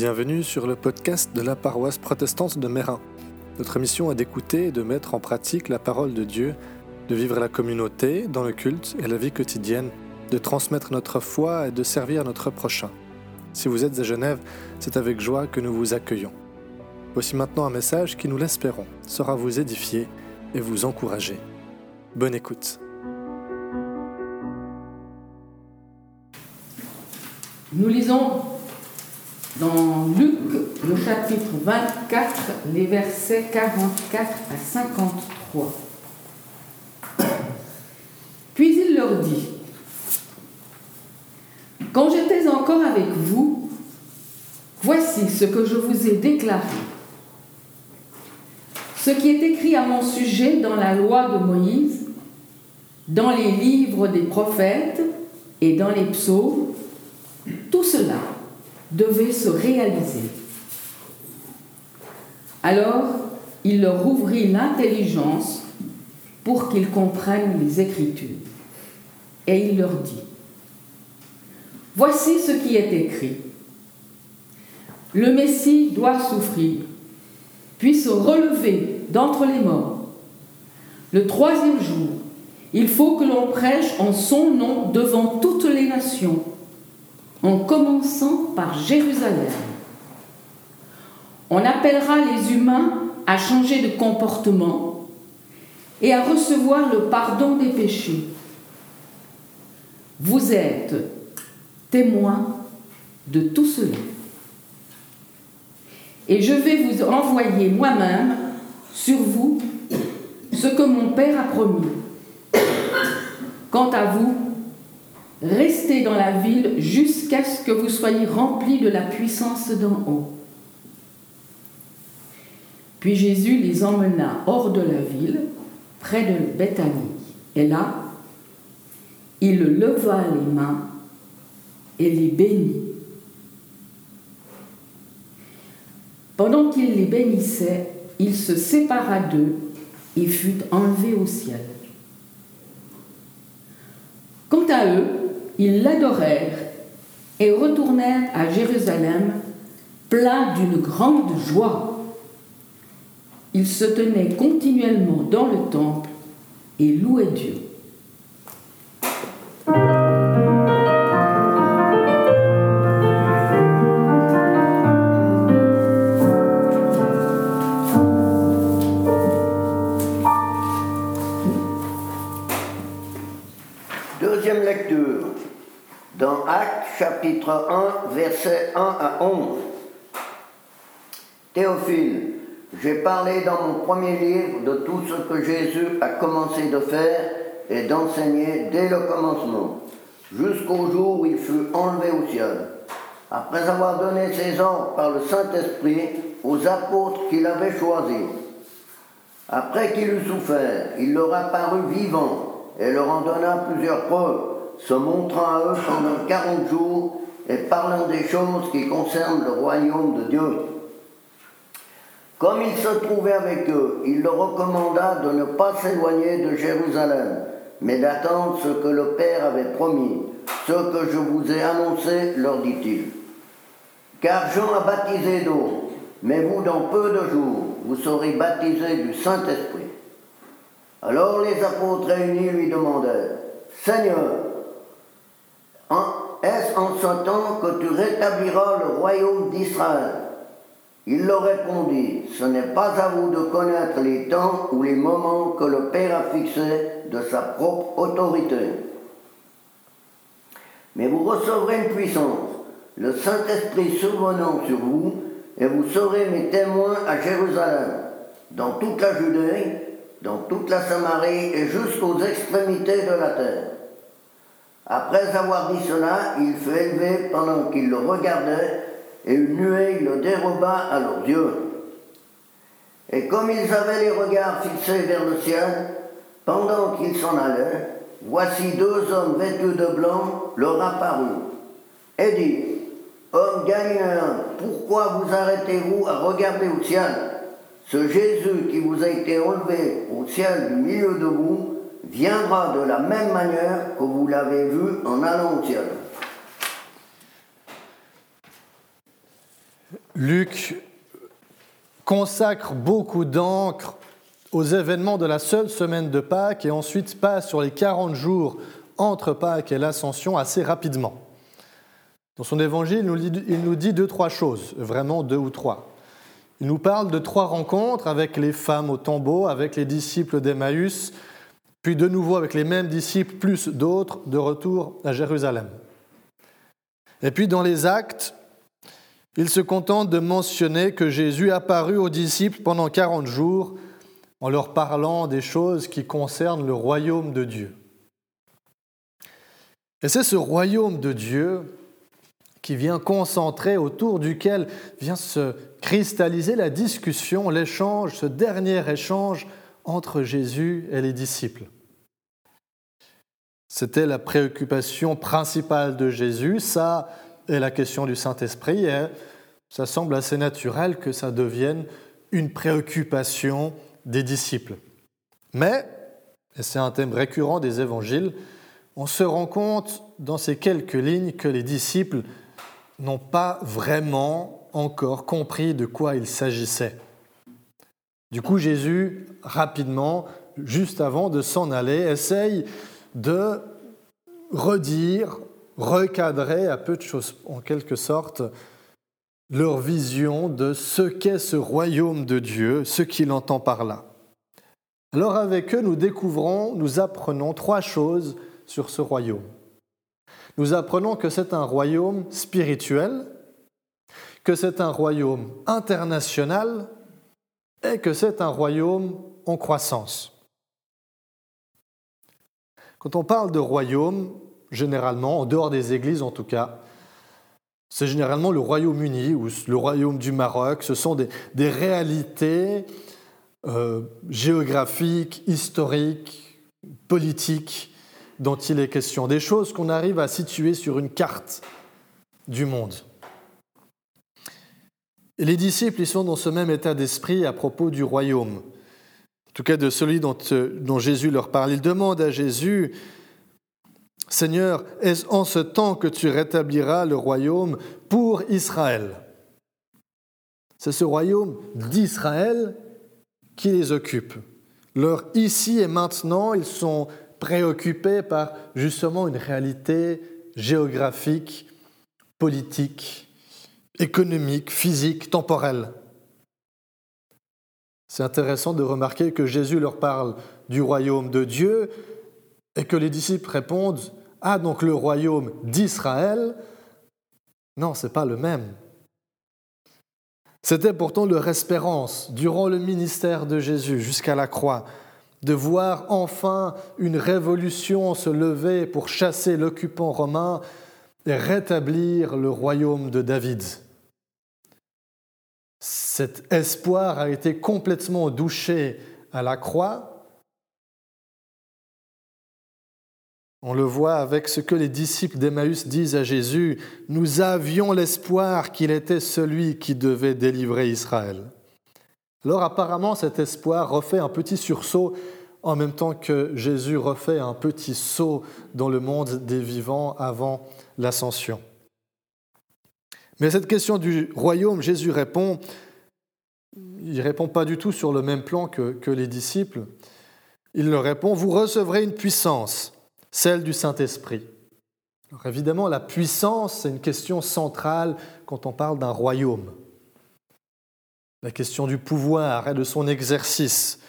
Bienvenue sur le podcast de la paroisse protestante de Meyrin. Notre mission est d'écouter et de mettre en pratique la parole de Dieu, de vivre la communauté, dans le culte et la vie quotidienne, de transmettre notre foi et de servir notre prochain. Si vous êtes à Genève, c'est avec joie que nous vous accueillons. Voici maintenant un message qui, nous l'espérons, saura vous édifier et vous encourager. Bonne écoute. Nous lisons dans Luc, le chapitre 24, les versets 44 à 53. Puis il leur dit : « Quand j'étais encore avec vous, voici ce que je vous ai déclaré. Ce qui est écrit à mon sujet dans la loi de Moïse, dans les livres des prophètes et dans les psaumes, tout cela devait se réaliser. » Alors, il leur ouvrit l'intelligence pour qu'ils comprennent les Écritures. Et il leur dit : « Voici ce qui est écrit. Le Messie doit souffrir, puis se relever d'entre les morts. Le troisième jour, il faut que l'on prêche en son nom devant toutes les nations, en commençant par Jérusalem. On appellera les humains à changer de comportement et à recevoir le pardon des péchés. Vous êtes témoins de tout cela. Et je vais vous envoyer moi-même sur vous ce que mon Père a promis. Quant à vous, restez dans la ville jusqu'à ce que vous soyez remplis de la puissance d'en haut. » Puis Jésus les emmena hors de la ville, près de Béthanie. Et là, il leva les mains et les bénit. Pendant qu'il les bénissait, il se sépara d'eux et fut enlevé au ciel. Quant à eux, ils l'adorèrent et retournèrent à Jérusalem pleins d'une grande joie. Ils se tenaient continuellement dans le temple et louaient Dieu. Deuxième lecture, dans Actes chapitre 1, versets 1 à 11. Théophile, j'ai parlé dans mon premier livre de tout ce que Jésus a commencé de faire et d'enseigner dès le commencement, jusqu'au jour où il fut enlevé au ciel, après avoir donné ses ordres par le Saint-Esprit aux apôtres qu'il avait choisis. Après qu'il eut souffert, il leur apparut vivant et leur en donna plusieurs preuves, se montrant à eux pendant 40 jours et parlant des choses qui concernent le royaume de Dieu. Comme il se trouvait avec eux, il leur recommanda de ne pas s'éloigner de Jérusalem, mais d'attendre ce que le Père avait promis, ce que je vous ai annoncé, leur dit-il. Car Jean a baptisé d'eau, mais vous, dans peu de jours, vous serez baptisés du Saint-Esprit. Alors les apôtres réunis lui demandèrent : « Seigneur, est-ce en ce temps que tu rétabliras le royaume d'Israël ?» Il leur répondit : « Ce n'est pas à vous de connaître les temps ou les moments que le Père a fixés de sa propre autorité. Mais vous recevrez une puissance, le Saint-Esprit survenant sur vous, et vous serez mes témoins à Jérusalem, dans toute la Judée, dans toute la Samarie et jusqu'aux extrémités de la terre. » Après avoir dit cela, il fut élevé pendant qu'ils le regardaient, et une nuée le déroba à leurs yeux. Et comme ils avaient les regards fixés vers le ciel, pendant qu'ils s'en allaient, voici 2 hommes vêtus de blanc leur apparurent, et dit : « Hommes galiléens, pourquoi vous arrêtez-vous à regarder au ciel ? Ce Jésus qui vous a été enlevé au ciel du milieu de vous viendra de la même manière que vous l'avez vu en allant au ciel. » Luc consacre beaucoup d'encre aux événements de la seule semaine de Pâques et ensuite passe sur les 40 jours entre Pâques et l'Ascension assez rapidement. Dans son évangile, il nous dit 2-3 choses, vraiment 2 ou 3. Il nous parle de 3 rencontres avec les femmes au tombeau, avec les disciples d'Emmaüs, puis de nouveau avec les mêmes disciples, plus d'autres, de retour à Jérusalem. Et puis dans les Actes, il se contente de mentionner que Jésus apparut aux disciples pendant 40 jours en leur parlant des choses qui concernent le royaume de Dieu. Et c'est ce royaume de Dieu qui vient concentrer, autour duquel vient se cristalliser la discussion, l'échange, ce dernier échange entre Jésus et les disciples. C'était la préoccupation principale de Jésus, ça est la question du Saint-Esprit, et ça semble assez naturel que ça devienne une préoccupation des disciples. Mais, et c'est un thème récurrent des évangiles, on se rend compte dans ces quelques lignes que les disciples n'ont pas vraiment encore compris de quoi il s'agissait. Du coup, Jésus, rapidement, juste avant de s'en aller, essaye de redire, recadrer à peu de choses, en quelque sorte, leur vision de ce qu'est ce royaume de Dieu, ce qu'il entend par là. Alors avec eux, nous apprenons 3 choses sur ce royaume. Nous apprenons que c'est un royaume spirituel, que c'est un royaume international et que c'est un royaume en croissance. Quand on parle de royaume, généralement, en dehors des églises en tout cas, c'est généralement le Royaume-Uni ou le Royaume du Maroc. Ce sont des réalités géographiques, historiques, politiques dont il est question. Des choses qu'on arrive à situer sur une carte du monde. Et les disciples, ils sont dans ce même état d'esprit à propos du royaume. En tout cas, de celui dont Jésus leur parle. Ils demandent à Jésus: Seigneur, est-ce en ce temps que tu rétabliras le royaume pour Israël? C'est ce royaume d'Israël qui les occupe. Leur ici et maintenant, ils sont préoccupés par justement une réalité géographique, politique, économique, physique, temporelle. C'est intéressant de remarquer que Jésus leur parle du royaume de Dieu et que les disciples répondent: ah, donc le royaume d'Israël? Non, ce n'est pas le même. C'était pourtant leur espérance, durant le ministère de Jésus jusqu'à la croix, de voir enfin une révolution se lever pour chasser l'occupant romain et rétablir le royaume de David. Cet espoir a été complètement douché à la croix. On le voit avec ce que les disciples d'Emmaüs disent à Jésus: « Nous avions l'espoir qu'il était celui qui devait délivrer Israël. » Alors apparemment, cet espoir refait un petit sursaut en même temps que Jésus refait un petit saut dans le monde des vivants avant l'ascension. Mais cette question du royaume, Jésus répond, il ne répond pas du tout sur le même plan que les disciples. Il leur répond: « Vous recevrez une puissance, celle du Saint-Esprit. » Alors évidemment, la puissance, c'est une question centrale quand on parle d'un royaume. La question du pouvoir et de son exercice.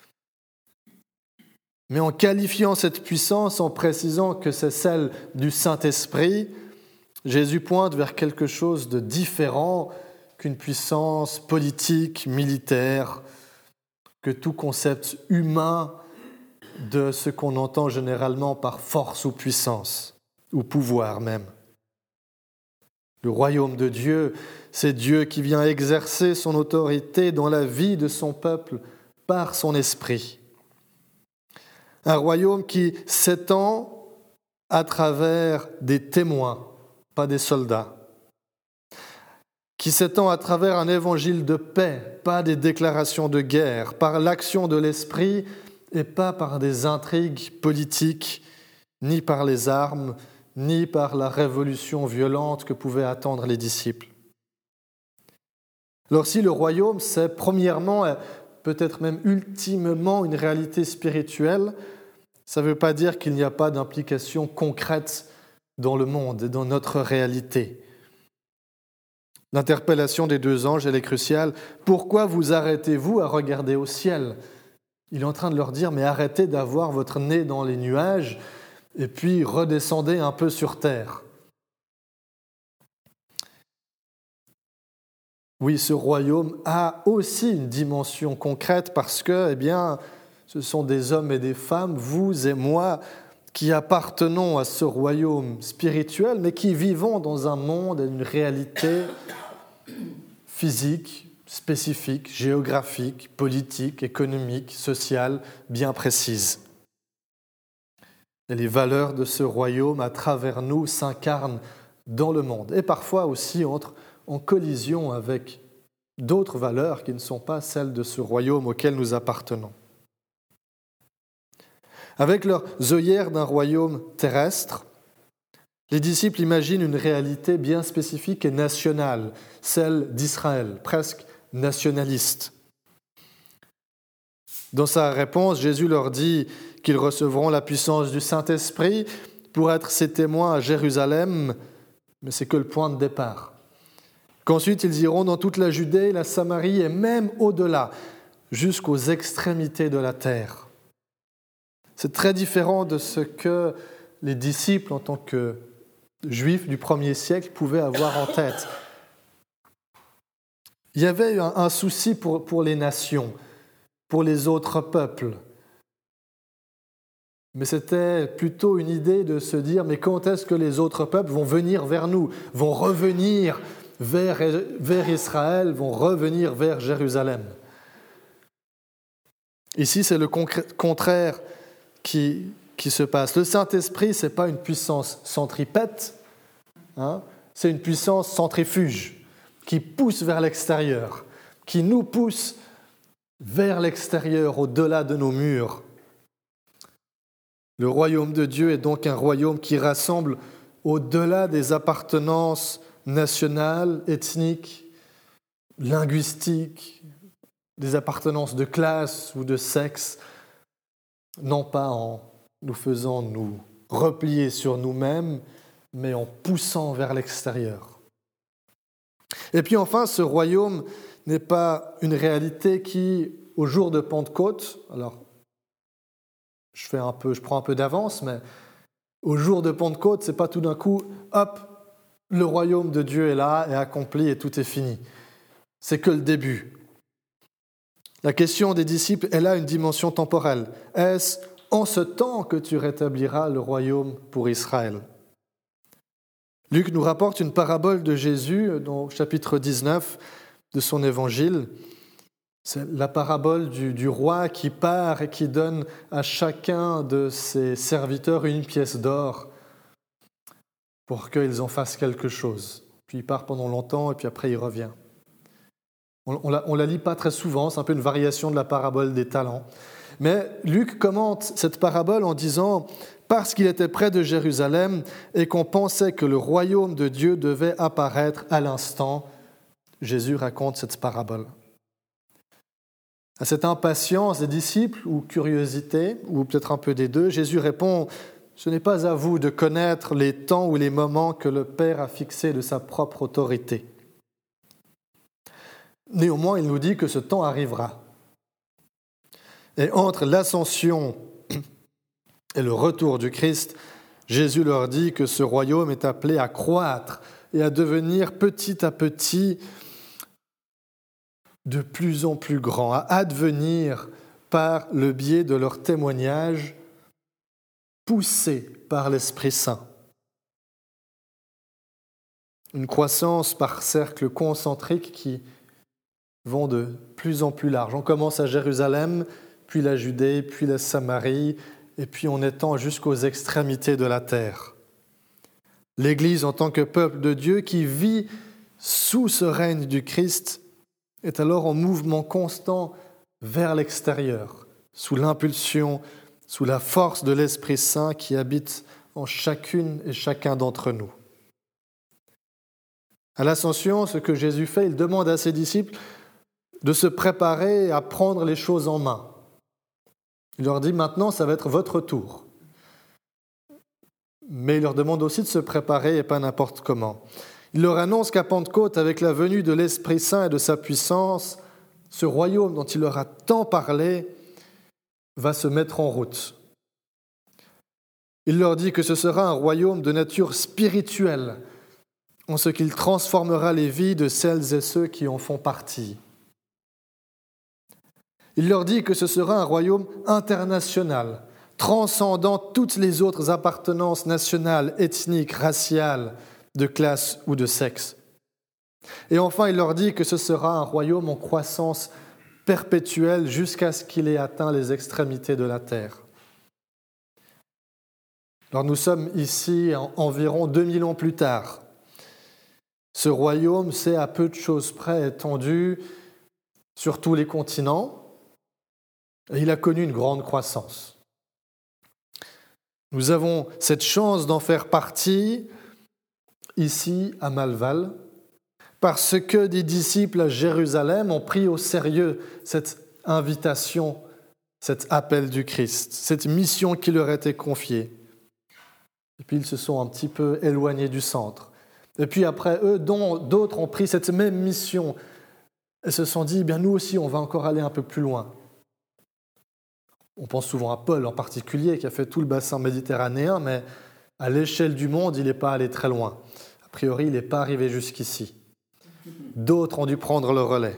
Mais en qualifiant cette puissance, en précisant que c'est celle du Saint-Esprit, Jésus pointe vers quelque chose de différent qu'une puissance politique, militaire, que tout concept humain de ce qu'on entend généralement par force ou puissance, ou pouvoir même. Le royaume de Dieu, c'est Dieu qui vient exercer son autorité dans la vie de son peuple par son esprit. Un royaume qui s'étend à travers des témoins, pas des soldats, qui s'étend à travers un évangile de paix, pas des déclarations de guerre, par l'action de l'esprit et pas par des intrigues politiques, ni par les armes, ni par la révolution violente que pouvaient attendre les disciples. Alors si le royaume, c'est premièrement, peut-être même ultimement, une réalité spirituelle, ça ne veut pas dire qu'il n'y a pas d'implication concrète dans le monde et dans notre réalité. L'interpellation des deux anges, elle est cruciale. Pourquoi vous arrêtez-vous à regarder au ciel ? Il est en train de leur dire, mais arrêtez d'avoir votre nez dans les nuages et puis redescendez un peu sur terre. Oui, ce royaume a aussi une dimension concrète parce que, ce sont des hommes et des femmes, vous et moi, qui appartenons à ce royaume spirituel, mais qui vivons dans un monde et une réalité physique, spécifique, géographique, politique, économique, sociale, bien précise. Et les valeurs de ce royaume, à travers nous, s'incarnent dans le monde et parfois aussi entrent en collision avec d'autres valeurs qui ne sont pas celles de ce royaume auquel nous appartenons. Avec leurs œillères d'un royaume terrestre, les disciples imaginent une réalité bien spécifique et nationale, celle d'Israël, presque nationaliste. Dans sa réponse, Jésus leur dit qu'ils recevront la puissance du Saint-Esprit pour être ses témoins à Jérusalem, mais c'est que le point de départ. Qu'ensuite ils iront dans toute la Judée, la Samarie et même au-delà, jusqu'aux extrémités de la terre. C'est très différent de ce que les disciples, en tant que juifs du 1er siècle, pouvaient avoir en tête. Il y avait un souci pour les nations, pour les autres peuples. Mais c'était plutôt une idée de se dire, mais quand est-ce que les autres peuples vont venir vers nous, vont revenir vers Israël, vont revenir vers Jérusalem? Ici, c'est le contraire qui se passe. Le Saint-Esprit, ce n'est pas une puissance centripète, c'est une puissance centrifuge qui pousse vers l'extérieur, qui nous pousse vers l'extérieur, au-delà de nos murs. Le royaume de Dieu est donc un royaume qui rassemble au-delà des appartenances nationales, ethniques, linguistiques, des appartenances de classe ou de sexe, non pas en nous faisant nous replier sur nous-mêmes, mais en poussant vers l'extérieur. Et puis enfin, ce royaume n'est pas une réalité qui, au jour de Pentecôte, alors je prends un peu d'avance, mais au jour de Pentecôte, c'est pas tout d'un coup, hop, le royaume de Dieu est là, est accompli et tout est fini. C'est que le début. La question des disciples, elle a une dimension temporelle. Est-ce en ce temps que tu rétabliras le royaume pour Israël ? Luc nous rapporte une parabole de Jésus dans le chapitre 19 de son évangile. C'est la parabole du roi qui part et qui donne à chacun de ses serviteurs une pièce d'or pour qu'ils en fassent quelque chose. Puis il part pendant longtemps et puis après il revient. On la lit pas très souvent, c'est un peu une variation de la parabole des talents. Mais Luc commente cette parabole en disant « Parce qu'il était près de Jérusalem et qu'on pensait que le royaume de Dieu devait apparaître à l'instant, Jésus raconte cette parabole. » À cette impatience des disciples, ou curiosité, ou peut-être un peu des deux, Jésus répond « Ce n'est pas à vous de connaître les temps ou les moments que le Père a fixés de sa propre autorité. » Néanmoins, il nous dit que ce temps arrivera. Et entre l'ascension et le retour du Christ, Jésus leur dit que ce royaume est appelé à croître et à devenir petit à petit de plus en plus grand, à advenir par le biais de leur témoignage poussé par l'Esprit Saint. Une croissance par cercles concentriques qui vont de plus en plus large. On commence à Jérusalem, puis la Judée, puis la Samarie, et puis on étend jusqu'aux extrémités de la terre. L'Église, en tant que peuple de Dieu qui vit sous ce règne du Christ, est alors en mouvement constant vers l'extérieur, sous l'impulsion, sous la force de l'Esprit Saint qui habite en chacune et chacun d'entre nous. À l'ascension, ce que Jésus fait, il demande à ses disciples de se préparer à prendre les choses en main. Il leur dit maintenant, ça va être votre tour. Mais il leur demande aussi de se préparer et pas n'importe comment. Il leur annonce qu'à Pentecôte, avec la venue de l'Esprit Saint et de sa puissance, ce royaume dont il leur a tant parlé va se mettre en route. Il leur dit que ce sera un royaume de nature spirituelle, en ce qu'il transformera les vies de celles et ceux qui en font partie. Il leur dit que ce sera un royaume international, transcendant toutes les autres appartenances nationales, ethniques, raciales, de classe ou de sexe. Et enfin, il leur dit que ce sera un royaume en croissance perpétuelle jusqu'à ce qu'il ait atteint les extrémités de la terre. Alors nous sommes ici environ 2000 ans plus tard. Ce royaume s'est à peu de choses près étendu sur tous les continents et il a connu une grande croissance. Nous avons cette chance d'en faire partie ici à Malval parce que des disciples à Jérusalem ont pris au sérieux cette invitation, cet appel du Christ, cette mission qui leur était confiée. Et puis ils se sont un petit peu éloignés du centre. Et puis après eux, d'autres ont pris cette même mission et se sont dit, nous aussi, on va encore aller un peu plus loin. On pense souvent à Paul en particulier, qui a fait tout le bassin méditerranéen, mais à l'échelle du monde, il n'est pas allé très loin. A priori, il n'est pas arrivé jusqu'ici. D'autres ont dû prendre le relais.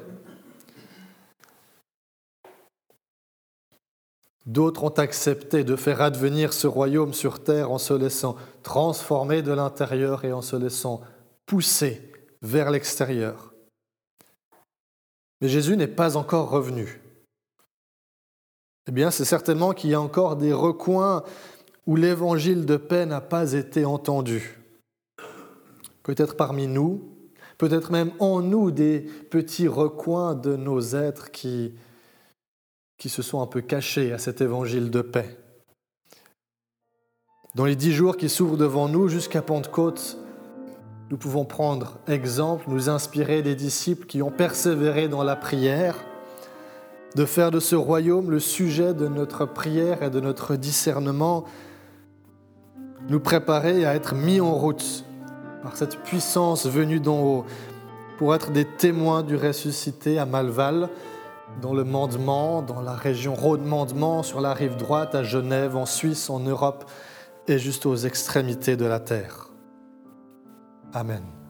D'autres ont accepté de faire advenir ce royaume sur terre en se laissant transformer de l'intérieur et en se laissant pousser vers l'extérieur. Mais Jésus n'est pas encore revenu. C'est certainement qu'il y a encore des recoins où l'évangile de paix n'a pas été entendu. Peut-être parmi nous, peut-être même en nous, des petits recoins de nos êtres qui se sont un peu cachés à cet évangile de paix. Dans les 10 jours qui s'ouvrent devant nous jusqu'à Pentecôte, nous pouvons prendre exemple, nous inspirer des disciples qui ont persévéré dans la prière, de faire de ce royaume le sujet de notre prière et de notre discernement, nous préparer à être mis en route par cette puissance venue d'en haut pour être des témoins du ressuscité à Malval, dans le Mandement, dans la région Rhône-Mandement, sur la rive droite, à Genève, en Suisse, en Europe et juste aux extrémités de la terre. Amen.